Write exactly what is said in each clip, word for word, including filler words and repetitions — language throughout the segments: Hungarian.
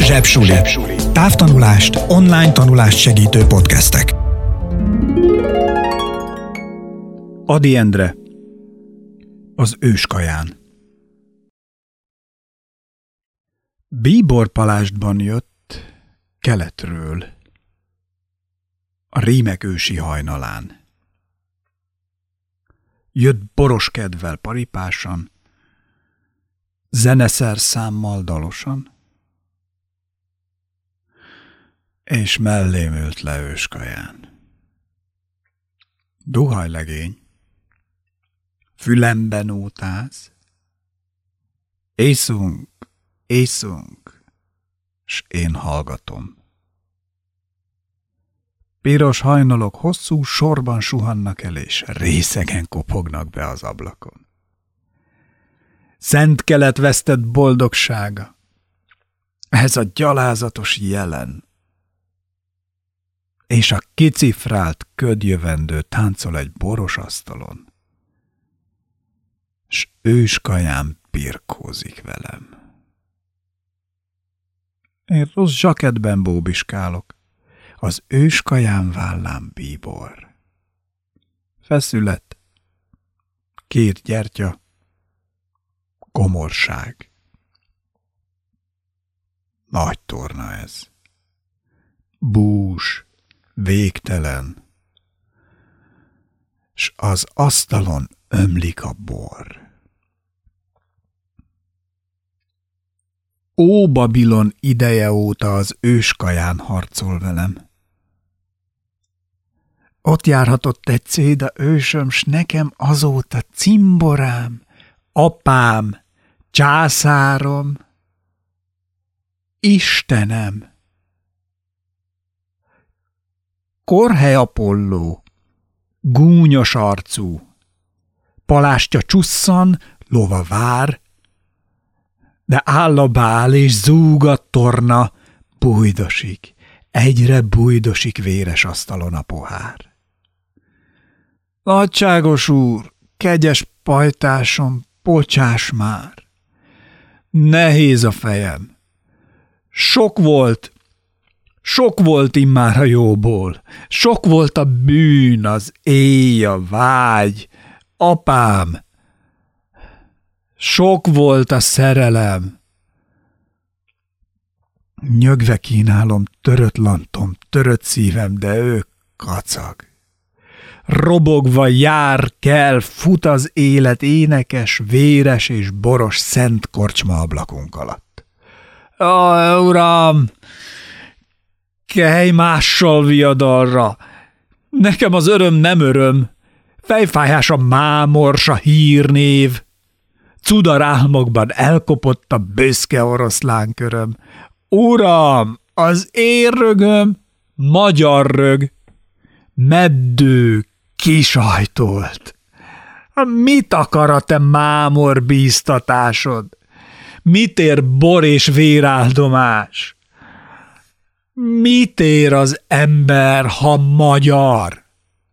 Zsebsuli. Távtanulást, online tanulást segítő podcastek. Ady Endre. Az őskaján. Bíborpalástban jött keletről, a rímek ősi hajnalán. Jött boroskedvel paripásan, zeneszerszámmal dalosan, és mellém ült le őskaján. Duhajlegény, fülemben ótáz, észunk, észunk, s én hallgatom. Piros hajnalok hosszú sorban suhannak el, és részegen kopognak be az ablakon. Szent kelet vesztett boldogsága, ez a gyalázatos jelen, és a kicifrált ködjövendő táncol egy boros asztalon, s őskaján birkózik velem. Én rossz zsakettben bóbiskálok, az őskaján vállán bíbor. Feszület, két gyertya, komorság. Nagy torna ez. Bús, végtelen, s az asztalon ömlik a bor. Ó, Babilon ideje óta az őskaján harcol velem. Ott járhatott egy céda ősöm, s nekem azóta cimborám, apám, császárom, Istenem. Korhely Apolló, gúnyos arcú, palástja csusszan, lova vár, de áll a bál és zúg a torna, bújdosik, egyre bújdosik véres asztalon a pohár. Nagyságos úr, kegyes pajtásom, bocsáss már! Nehéz a fejem. Sok volt, sok volt immár a jóból, sok volt a bűn, az éj, a vágy, apám, sok volt a szerelem. Nyögve kínálom törött lantom, törött szívem, de ő kacag. Robogva jár, kell, fut az élet énekes, véres és boros szent korcsma ablakunk alatt. Ó, uram, kelj mással viadalra! Nekem az öröm nem öröm, fejfájás a mámors, a hírnév. Cudar álmokban elkopott a büszke oroszlánköröm. Uram, az én rögöm magyar rög, meddő, kisajtolt. Mit akar a te mámor bíztatásod? Mit ér bor és véráldomás? Mit ér az ember, ha magyar?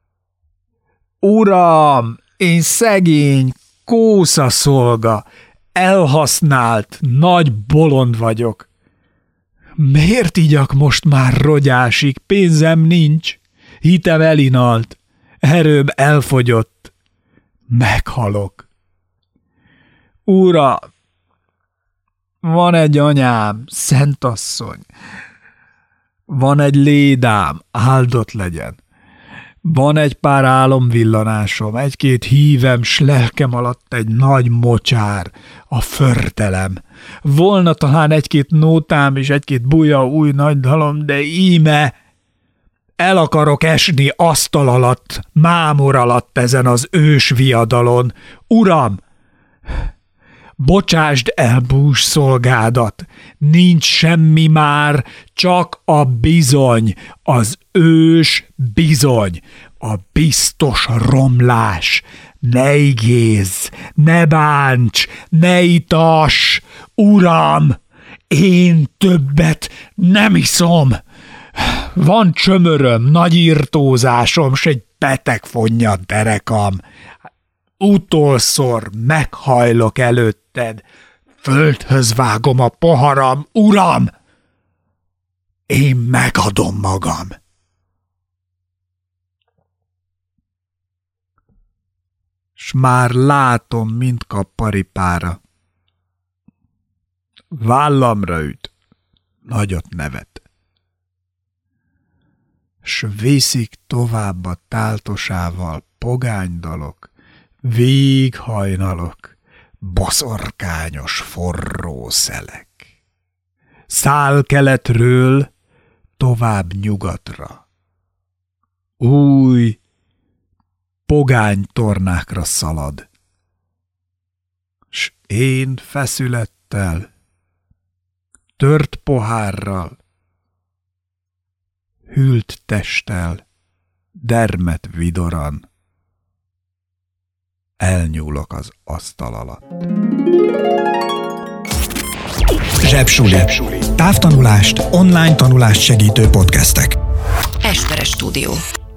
Uram, én szegény, kósza szolga, elhasznált, nagy bolond vagyok. Miért igyak most már rogyásig? Pénzem nincs, hitem elinalt, erőm elfogyott, meghalok. Uram, van egy anyám, szentasszony, van egy lédám, áldott legyen. Van egy pár álomvillanásom, egy-két hívem, s lelkem alatt egy nagy mocsár, a förtelem. Volna talán egy-két nótám és egy-két buja új nagy dalom, de íme el akarok esni asztal alatt, mámor alatt ezen az ős viadalon. Uram, bocsásd el bús szolgádat, nincs semmi már, csak a bizony, az ős bizony, a biztos romlás. Ne igézz, ne bánts, ne itass, uram, én többet nem iszom. Van csömöröm, nagy irtózásom, s egy beteg fonnya derekam. Utolszor meghajlok előtted, földhöz vágom a poharam, uram! Én megadom magam. S már látom, mint kap paripára. Vállamra üt, nagyot nevet. S viszik tovább a táltosával pogánydalok, víghajnalok, boszorkányos forró szelek. Száll keletről tovább nyugatra. Új pogány tornákra szalad. S én feszülettel, tört pohárral, hűlt testtel, dermet vidoran elnyúlok az asztal alatt. Zsebsuli. Távtanulást, online tanulást segítő podcastek. Esperes Stúdió.